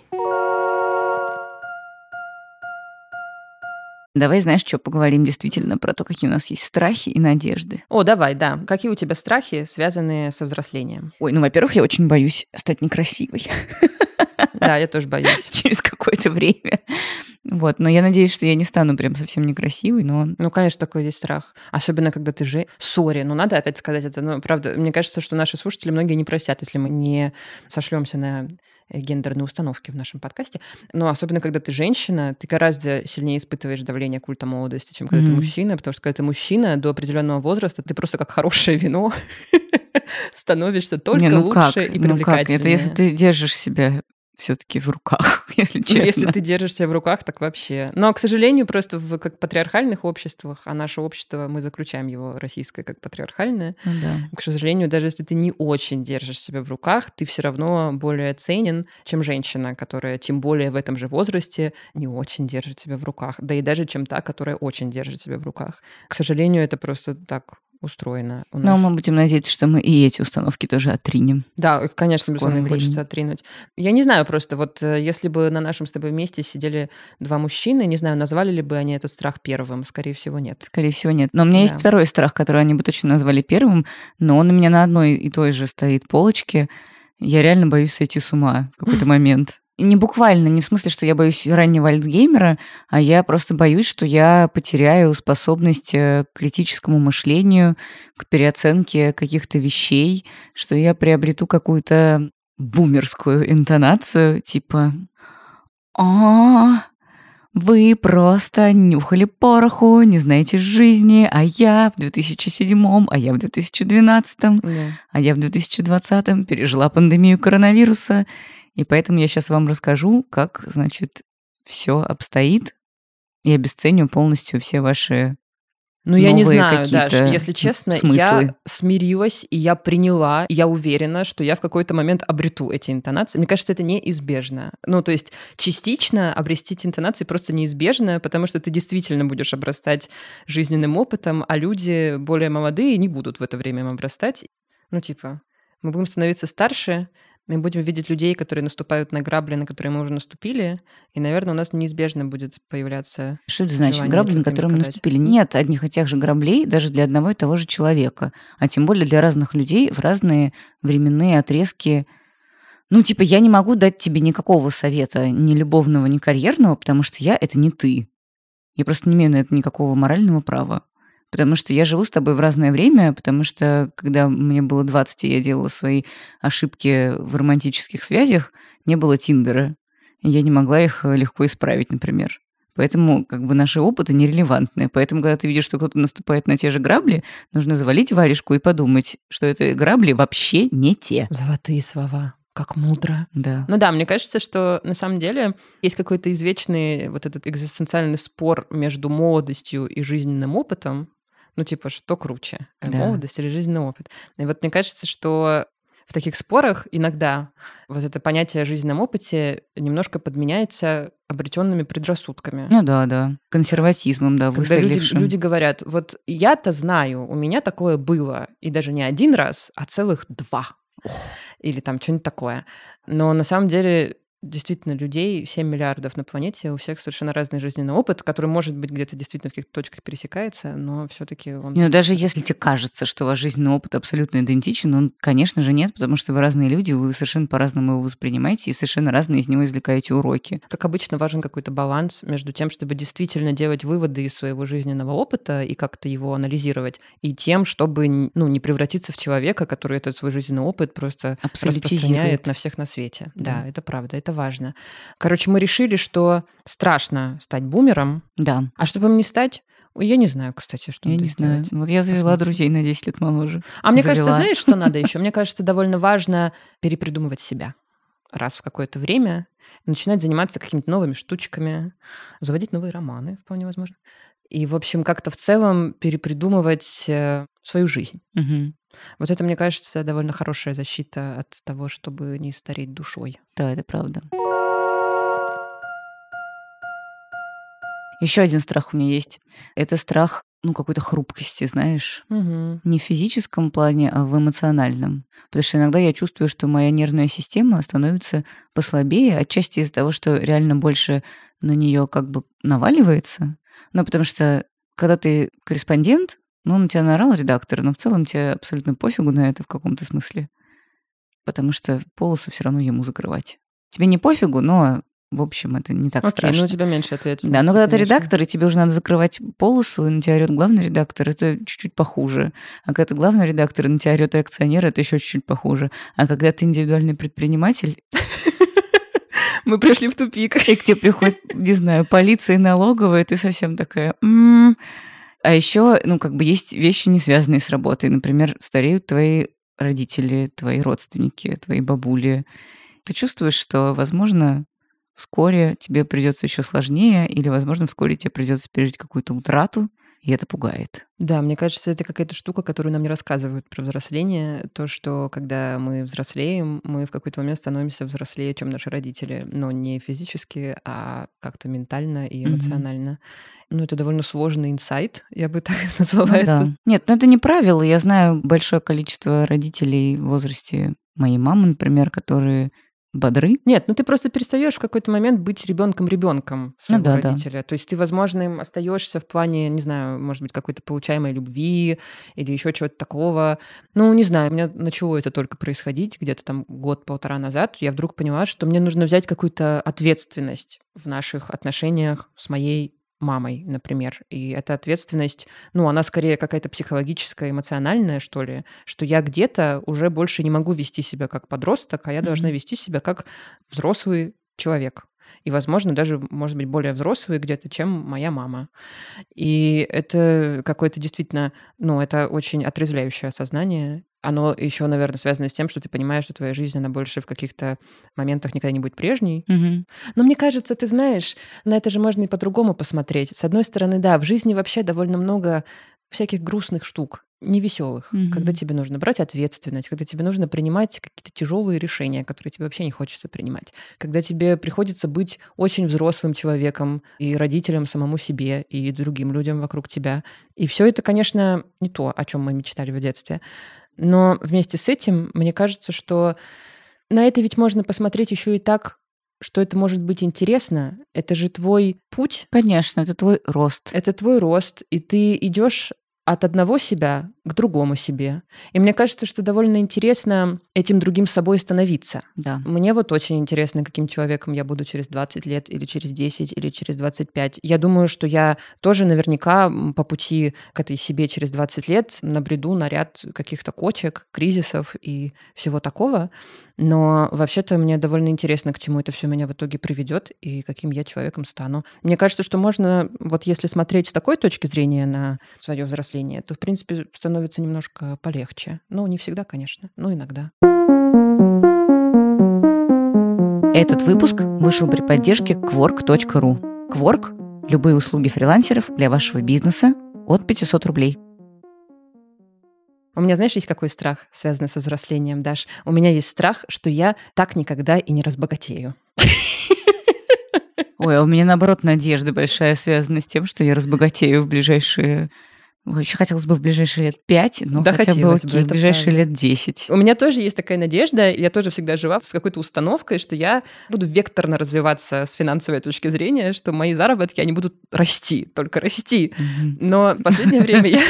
Давай, знаешь, что, поговорим действительно про то, какие у нас есть страхи и надежды. О, давай, да. Какие у тебя страхи, связанные со взрослением? Ой, ну, во-первых, я очень боюсь стать некрасивой. Да, я тоже боюсь. Через какое-то время. Вот, но я надеюсь, что я не стану прям совсем некрасивой, но... Ну, конечно, такой есть страх. Особенно, когда ты же... Сори, ну, надо опять сказать это. Ну, правда, мне кажется, что наши слушатели многие не простят, если мы не сошлемся на гендерные установки в нашем подкасте. Но особенно, когда ты женщина, ты гораздо сильнее испытываешь давление культа молодости, чем когда mm-hmm. ты мужчина, потому что когда ты мужчина, до определенного возраста ты просто как хорошее вино становишься только не, ну лучше как? и ну привлекательнее. Как? Это если ты держишь себя все-таки в руках, если честно. Ну, если ты держишь себя в руках, так вообще. Но, к сожалению, просто в как патриархальных обществах, а наше общество, мы заключаем его российское как патриархальное, ну, да. к сожалению, даже если ты не очень держишь себя в руках, ты все равно более ценен, чем женщина, которая тем более в этом же возрасте не очень держит себя в руках. Да и даже чем та, которая очень держит себя в руках. К сожалению, это просто так устроено у нас. Но мы будем надеяться, что мы и эти установки тоже отринем. Да, конечно, безусловно, им хочется отринуть. Я не знаю просто, вот если бы на нашем с тобой месте сидели два мужчины, не знаю, назвали ли бы они этот страх первым? Скорее всего, нет. Скорее всего, нет. Но у меня да. есть второй страх, который они бы точно назвали первым, но он у меня на одной и той же стоит полочке. Я реально боюсь сойти с ума в какой-то момент. Не буквально, не в смысле, что я боюсь раннего Альцгеймера, а я просто боюсь, что я потеряю способность к критическому мышлению, к переоценке каких-то вещей, что я приобрету какую-то бумерскую интонацию, типа «А, вы просто нюхали пороху, не знаете жизни, а я в две тысячи седьмом, а я в две тысячи двенадцатом, yeah. а я в две тысячи двадцатом пережила пандемию коронавируса». И поэтому я сейчас вам расскажу, как, значит, все обстоит, и обесценю полностью все ваши Ну, я не новые знаю, Даш, какие-то если честно, смыслы. я смирилась, и я приняла, и я уверена, что я в какой-то момент обрету эти интонации. Мне кажется, это неизбежно. Ну, то есть частично обрести эти интонации просто неизбежно, потому что ты действительно будешь обрастать жизненным опытом, а люди более молодые не будут в это время им обрастать. Ну, типа, мы будем становиться старше, мы будем видеть людей, которые наступают на грабли, на которые мы уже наступили, и, наверное, у нас неизбежно будет появляться Что это значит? желание Грабли, на что-то им которые мы сказать. наступили? Нет одних и тех же граблей даже для одного и того же человека. А тем более для разных людей в разные временные отрезки. Ну, типа, я не могу дать тебе никакого совета, ни любовного, ни карьерного, потому что я — это не ты. Я просто не имею на это никакого морального права. Потому что я живу с тобой в разное время, потому что, когда мне было двадцать, и я делала свои ошибки в романтических связях, не было Тиндера. И я не могла их легко исправить, например. Поэтому как бы наши опыты нерелевантны. Поэтому, когда ты видишь, что кто-то наступает на те же грабли, нужно завалить варежку и подумать, что это грабли вообще не те. Золотые слова. Как мудро. Да. Ну да, мне кажется, что на самом деле есть какой-то извечный вот этот экзистенциальный спор между молодостью и жизненным опытом. Ну, типа, что круче, Да. молодость или жизненный опыт? И вот мне кажется, что в таких спорах иногда вот это понятие о жизненном опыте немножко подменяется обретенными предрассудками. Ну да, да. Консерватизмом, да, Когда люди, выстрелившим. люди говорят, вот я-то знаю, у меня такое было, и даже не один раз, а целых два. Или там что-нибудь такое. Но на самом деле действительно людей семь миллиардов на планете, у всех совершенно разный жизненный опыт, который, может быть, где-то действительно в каких-то точках пересекается, но все-таки он... Не, ну даже если тебе кажется, что ваш жизненный опыт абсолютно идентичен, он, конечно же, нет, потому что вы разные люди, вы совершенно по-разному его воспринимаете и совершенно разные из него извлекаете уроки. Как обычно, важен какой-то баланс между тем, чтобы действительно делать выводы из своего жизненного опыта и как-то его анализировать, и тем, чтобы ну, не превратиться в человека, который этот свой жизненный опыт просто распространяет на всех на свете. Да, да, это правда, это важно. Короче, мы решили, что страшно стать бумером. Да. А чтобы им не стать, я не знаю, кстати, что я надо не сделать. знаю. Вот я завела Посмотрим. друзей на десять лет моложе. А мне завела. кажется, знаешь, что надо еще? Мне кажется, довольно важно перепридумывать себя раз в какое-то время, начинать заниматься какими-то новыми штучками, заводить новые романы, вполне возможно. И, в общем, как-то в целом перепридумывать свою жизнь. Угу. Вот это, мне кажется, довольно хорошая защита от того, чтобы не стареть душой. Да, это правда. Еще один страх у меня есть. Это страх, ну, какой-то хрупкости, знаешь. Угу. Не в физическом плане, а в эмоциональном. Потому что иногда я чувствую, что моя нервная система становится послабее, отчасти из-за того, что реально больше на нее как бы наваливается. Ну, потому что, когда ты корреспондент, ну, на тебя наорал редактор, но в целом тебе абсолютно пофигу на это в каком-то смысле. Потому что полосу все равно ему закрывать. Тебе не пофигу, но, в общем, это не так Окей, страшно. ну у тебя меньше ответственности. Да, но когда ты конечно. редактор, и тебе уже надо закрывать полосу, и на тебя орёт главный редактор, это чуть-чуть похуже. А когда ты главный редактор, и на тебя орёт реакционер, это еще чуть-чуть похуже. А когда ты индивидуальный предприниматель... Мы пришли в тупик. И к тебе приходит, не знаю, полиция и налоговая, и ты совсем такая... «М-м-м». А еще, ну, как бы есть вещи, не связанные с работой. Например, стареют твои родители, твои родственники, твои бабули. Ты чувствуешь, что, возможно, вскоре тебе придется еще сложнее, или, возможно, вскоре тебе придется пережить какую-то утрату, и это пугает. Да, мне кажется, это какая-то штука, которую нам не рассказывают про взросление. То, что когда мы взрослеем, мы в какой-то момент становимся взрослее, чем наши родители. Но не физически, а как-то ментально и эмоционально. Mm-hmm. Ну, это довольно сложный инсайт, я бы так назвала ну, это. Да. Нет, ну это не правило. Я знаю большое количество родителей в возрасте моей мамы, например, которые бодры. Нет, ну ты просто перестаешь в какой-то момент быть ребенком-ребенком своего ну, да, родителя. Да. То есть ты, возможно, им остаешься в плане, не знаю, может быть, какой-то получаемой любви или еще чего-то такого. Ну, не знаю, у меня начало это только происходить где-то там год-полтора назад. Я вдруг поняла, что мне нужно взять какую-то ответственность в наших отношениях с моей мамой, например. И эта ответственность, ну, она скорее какая-то психологическая, эмоциональная, что ли, что я где-то уже больше не могу вести себя как подросток, а я mm-hmm. должна вести себя как взрослый человек. И, возможно, даже, может быть, более взрослый где-то, чем моя мама. И это какое-то действительно, ну, это очень отрезвляющее осознание. Оно еще, наверное, связано с тем, что ты понимаешь, что твоя жизнь, она больше в каких-то моментах никогда не будет прежней. Угу. Но мне кажется, ты знаешь, на это же можно и по-другому посмотреть. С одной стороны, да, в жизни вообще довольно много всяких грустных штук, невеселых, Мгм. когда тебе нужно брать ответственность, когда тебе нужно принимать какие-то тяжелые решения, которые тебе вообще не хочется принимать, когда тебе приходится быть очень взрослым человеком и родителем самому себе и другим людям вокруг тебя. И все это, конечно, не то, о чем мы мечтали в детстве. Но вместе с этим, мне кажется, что на это ведь можно посмотреть еще и так, что это может быть интересно. Это же твой путь, Конечно, это твой рост. это твой рост, и ты идешь от одного себя к другому себе. И мне кажется, что довольно интересно этим другим собой становиться. Да. Мне вот очень интересно, каким человеком я буду через двадцать лет, или через десять, или через двадцать пять. Я думаю, что я тоже наверняка м, по пути к этой себе через двадцать лет набреду на ряд каких-то кочек, кризисов и всего такого. Но вообще-то мне довольно интересно, к чему это все меня в итоге приведет и каким я человеком стану. Мне кажется, что можно, вот если смотреть с такой точки зрения на свое взросление, то, в принципе, становится немножко полегче. Ну, не всегда, конечно, но иногда. Этот выпуск вышел при поддержке кворк точка ру. Кворк – любые услуги фрилансеров для вашего бизнеса от пятьсот рублей. У меня, знаешь, есть какой страх, связанный со взрослением, Даш? У меня есть страх, что я так никогда и не разбогатею. Ой, а у меня, наоборот, надежда большая связана с тем, что я разбогатею в ближайшие... Вообще хотелось бы в ближайшие лет пять, но Да, хотя бы хотелось бы, окей, в это ближайшие правда. лет десять. У меня тоже есть такая надежда, я тоже всегда жила с какой-то установкой, что я буду векторно развиваться с финансовой точки зрения, что мои заработки, они будут расти, только расти. Мгм. Но в последнее время я...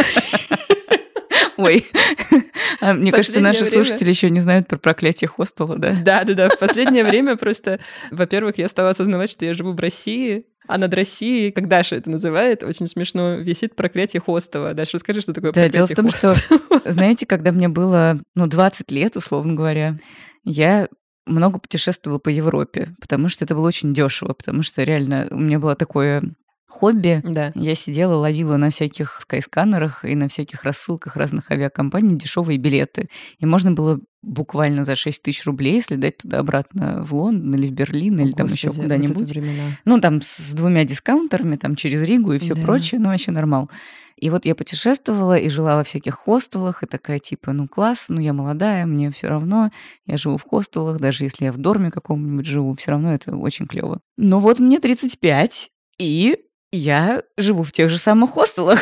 Ой, а мне кажется, Последнее наши время- слушатели еще не знают про проклятие хостела, да? Да-да-да, в последнее время просто, во-первых, я стала осознавать, что я живу в России, а над Россией, как Даша это называет, очень смешно, висит проклятие хостела. Даша, расскажи, что такое Да, дело проклятие в том, что, хостела. знаете, когда мне было, ну, двадцать лет, условно говоря, я много путешествовала по Европе, потому что это было очень дешево, потому что реально у меня было такое хобби. Да. Я сидела, ловила на всяких скайсканерах и на всяких рассылках разных авиакомпаний дешевые билеты. И можно было буквально за шесть тысяч рублей слетать туда-обратно в Лондон или в Берлин, или О, там еще Господи, вот это куда-нибудь. времена. Ну, там с двумя дискаунтерами, там через Ригу и все Да. прочее, ну, вообще нормал. И вот я путешествовала и жила во всяких хостелах, и такая типа, ну, класс, ну, я молодая, мне все равно, я живу в хостелах, даже если я в дорме каком-нибудь живу, все равно это очень клево. Но вот мне тридцать пять, и я живу в тех же самых хостелах.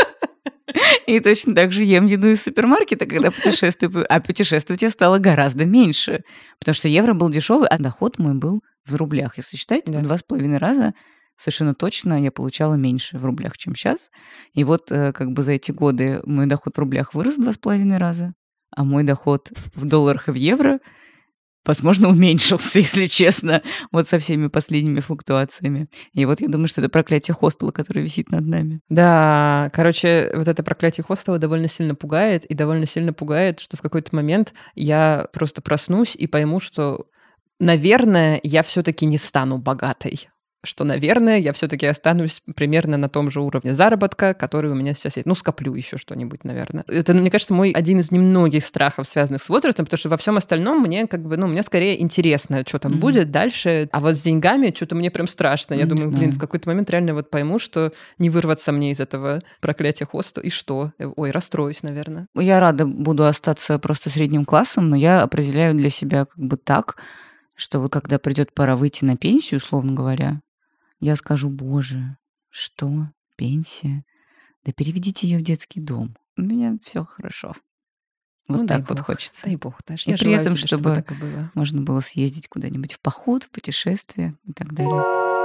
И точно так же ем еду из супермаркета, когда путешествую. А путешествовать я стала гораздо меньше, потому что евро был дешевый, а доход мой был в рублях. Если считать, Да. то два с половиной раза совершенно точно я получала меньше в рублях, чем сейчас. И вот э, как бы за эти годы мой доход в рублях вырос в два с половиной раза, а мой доход в долларах и в евро, возможно, уменьшился, если честно, вот со всеми последними флуктуациями. И вот я думаю, что это проклятие хостела, которое висит над нами. Да, короче, вот это проклятие хостела довольно сильно пугает, и довольно сильно пугает, что в какой-то момент я просто проснусь и пойму, что, наверное, я все-таки не стану богатой. Что, наверное, я все-таки останусь примерно на том же уровне заработка, который у меня сейчас есть. Ну, скоплю еще что-нибудь, наверное. Это, мне кажется, мой один из немногих страхов, связанных с возрастом, потому что во всем остальном мне как бы, ну, мне скорее интересно, что там Мгм. будет дальше. А вот с деньгами что-то мне прям страшно. Я Не думаю, блин, знаю. в какой-то момент реально вот пойму, что не вырваться мне из этого проклятия хоста. И что? Ой, расстроюсь, наверное. Я рада буду остаться просто средним классом, но я определяю для себя как бы так, что вот когда придет пора выйти на пенсию, условно говоря, я скажу, боже, что, пенсия? Да переведите ее в детский дом. У меня все хорошо. Вот Ну, дай так вот бог, хочется. Дай бог, Даш. И Я при желаю этом, тебе, чтобы чтобы так и было. можно было съездить куда-нибудь в поход, в путешествие и так далее.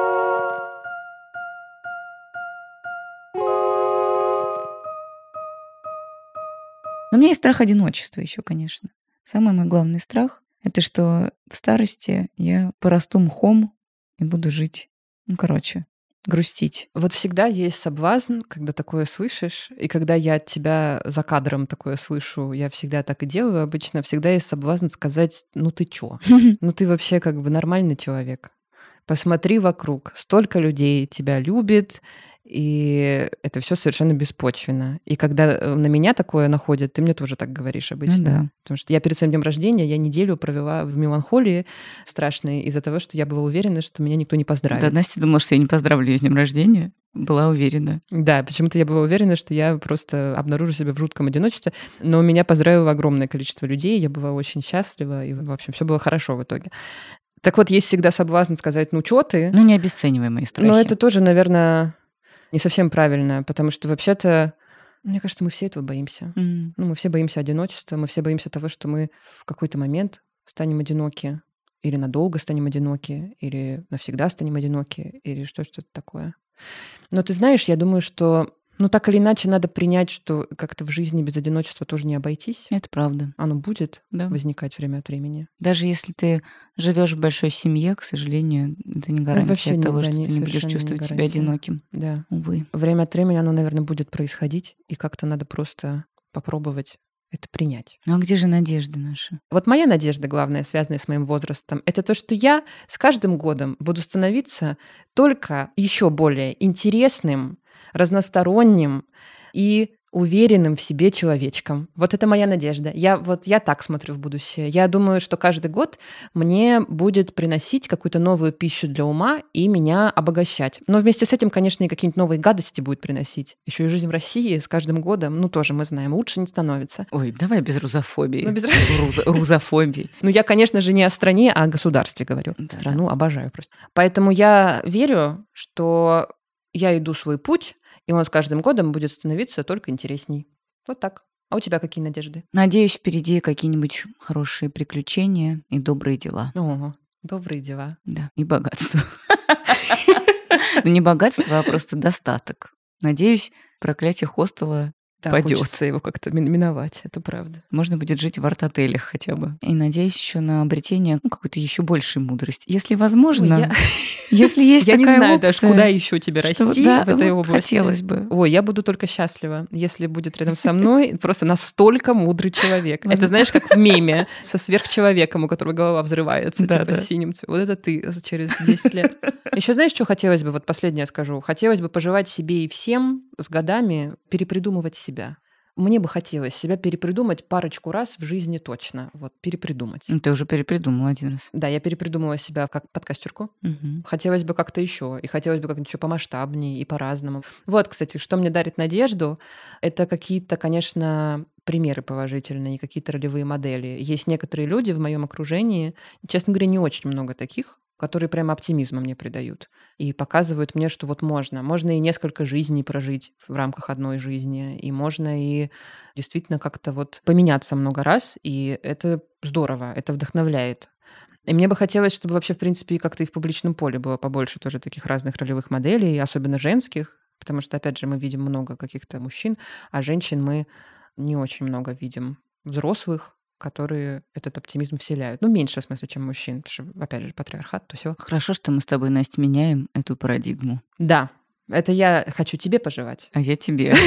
Но у меня есть страх одиночества еще, конечно. Самый мой главный страх — это что в старости я порасту мхом и буду жить, ну, короче, грустить. Вот всегда есть соблазн, когда такое слышишь, и когда я от тебя за кадром такое слышу, я всегда так и делаю обычно, всегда есть соблазн сказать, ну ты чё? Ну ты вообще как бы нормальный человек. Посмотри вокруг, столько людей тебя любит, И это все совершенно беспочвенно. И когда на меня такое находит, ты мне тоже так говоришь обычно. Ну да. Потому что я перед своим днем рождения, я неделю провела в меланхолии страшной из-за того, что я была уверена, что меня никто не поздравит. Да, Настя думала, что я не поздравлю ее с днем рождения. Была уверена. Да, почему-то я была уверена, что я просто обнаружу себя в жутком одиночестве. Но меня поздравило огромное количество людей. Я была очень счастлива. И, в общем, все было хорошо в итоге. Так вот, есть всегда соблазн сказать, ну, чё ты? Ну, не обесценивай мои страхи. Но это тоже, наверное, не совсем правильно, потому что вообще-то, мне кажется, мы все этого боимся. Mm. Ну, мы все боимся одиночества, мы все боимся того, что мы в какой-то момент станем одиноки, или надолго станем одиноки, или навсегда станем одиноки, или что-то такое. Но ты знаешь, я думаю, что ну так или иначе надо принять, что как-то в жизни без одиночества тоже не обойтись. Это правда. Оно будет да. возникать время от времени. Даже если ты живешь в большой семье, к сожалению, это не гарантия ну, того, не, что да, ты не будешь чувствовать не себя одиноким. Да. Увы. Время от времени оно, наверное, будет происходить, и как-то надо просто попробовать это принять. Ну а где же надежды наши? Вот моя надежда, главная, связанная с моим возрастом, это то, что я с каждым годом буду становиться только еще более интересным, разносторонним и уверенным в себе человечком. Вот это моя надежда. Я, вот, я так смотрю в будущее. Я думаю, что каждый год мне будет приносить какую-то новую пищу для ума и меня обогащать. Но вместе с этим, конечно, и какие-нибудь новые гадости будет приносить. Еще и жизнь в России с каждым годом, ну, тоже мы знаем, лучше не становится. Ой, давай без рузофобии. Ну, без рузофобии. Ну, я, конечно же, не о стране, а о государстве говорю. Страну обожаю просто. Поэтому я верю, что я иду свой путь, и он с каждым годом будет становиться только интересней. Вот так. А у тебя какие надежды? Надеюсь, впереди какие-нибудь хорошие приключения и добрые дела. О, добрые дела. Да, и богатство. Ну, не богатство, а просто достаток. Надеюсь, проклятие хостела пойдет. Хочется его как-то миновать, это правда. Можно будет жить в арт-отелях хотя бы. И надеюсь еще на обретение ну, какой-то еще большей мудрости. Если возможно, Ой, я... если есть я такая не знаю опция, даже, куда еще тебе расти что, да, в этой вот области. Хотелось бы. Ой, я буду только счастлива, если будет рядом со мной просто настолько мудрый человек. Это знаешь, как в меме со сверхчеловеком, у которого голова взрывается, да, типа да. синим цветом. Вот это ты через десять лет. Еще знаешь, что хотелось бы, вот последнее скажу, хотелось бы пожелать себе и всем с годами перепридумывать себя. Мне бы хотелось себя перепридумать парочку раз в жизни точно. Вот, перепридумать. Ты уже перепридумала один раз. Да, я перепридумала себя как подкастерку. Угу. Хотелось бы как-то еще. И хотелось бы как-нибудь еще помасштабнее и по-разному. Вот, кстати, что мне дарит надежду, это какие-то, конечно, примеры положительные, какие-то ролевые модели. Есть некоторые люди в моем окружении, честно говоря, не очень много таких, которые прямо оптимизма мне придают и показывают мне, что вот можно. Можно и несколько жизней прожить в рамках одной жизни, и можно и действительно как-то вот поменяться много раз, и это здорово, это вдохновляет. И мне бы хотелось, чтобы вообще, в принципе, как-то и в публичном поле было побольше тоже таких разных ролевых моделей, особенно женских, потому что, опять же, мы видим много каких-то мужчин, а женщин мы не очень много видим. Взрослых, которые этот оптимизм вселяют. Ну, меньше, в смысле, чем мужчин, потому что, опять же, патриархат, то все. Хорошо, что мы с тобой, Настя, меняем эту парадигму. Да, это я хочу тебе пожелать. А я тебе.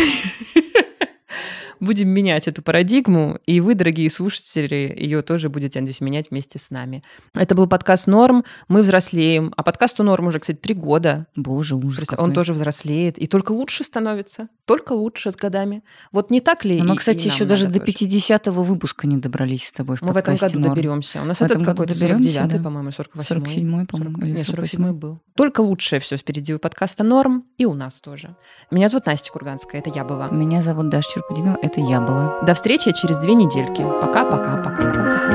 Будем менять эту парадигму, и вы, дорогие слушатели, ее тоже будете, надеюсь, менять вместе с нами. Это был подкаст «Норм», мы взрослеем, а подкасту «Норм» уже, кстати, три года. Боже, ужас какой. Он тоже взрослеет, и только лучше становится, только лучше с годами. Вот не так ли? Мы, и, кстати, и еще даже до тоже. пятидесятого выпуска не добрались с тобой в Мы в этом году «Норм». доберемся. У нас в этот этом какой-то сорок девятый, да? По-моему, сорок восьмой. сорок седьмой, по-моему, или Нет, сорок сорок седьмой был. Только лучшее все впереди у подкаста «Норм», и у нас тоже. Меня зовут Настя Курганская, это я была. Меня зовут Даша Черпудинова, это я была. До встречи через две недельки. Пока-пока-пока.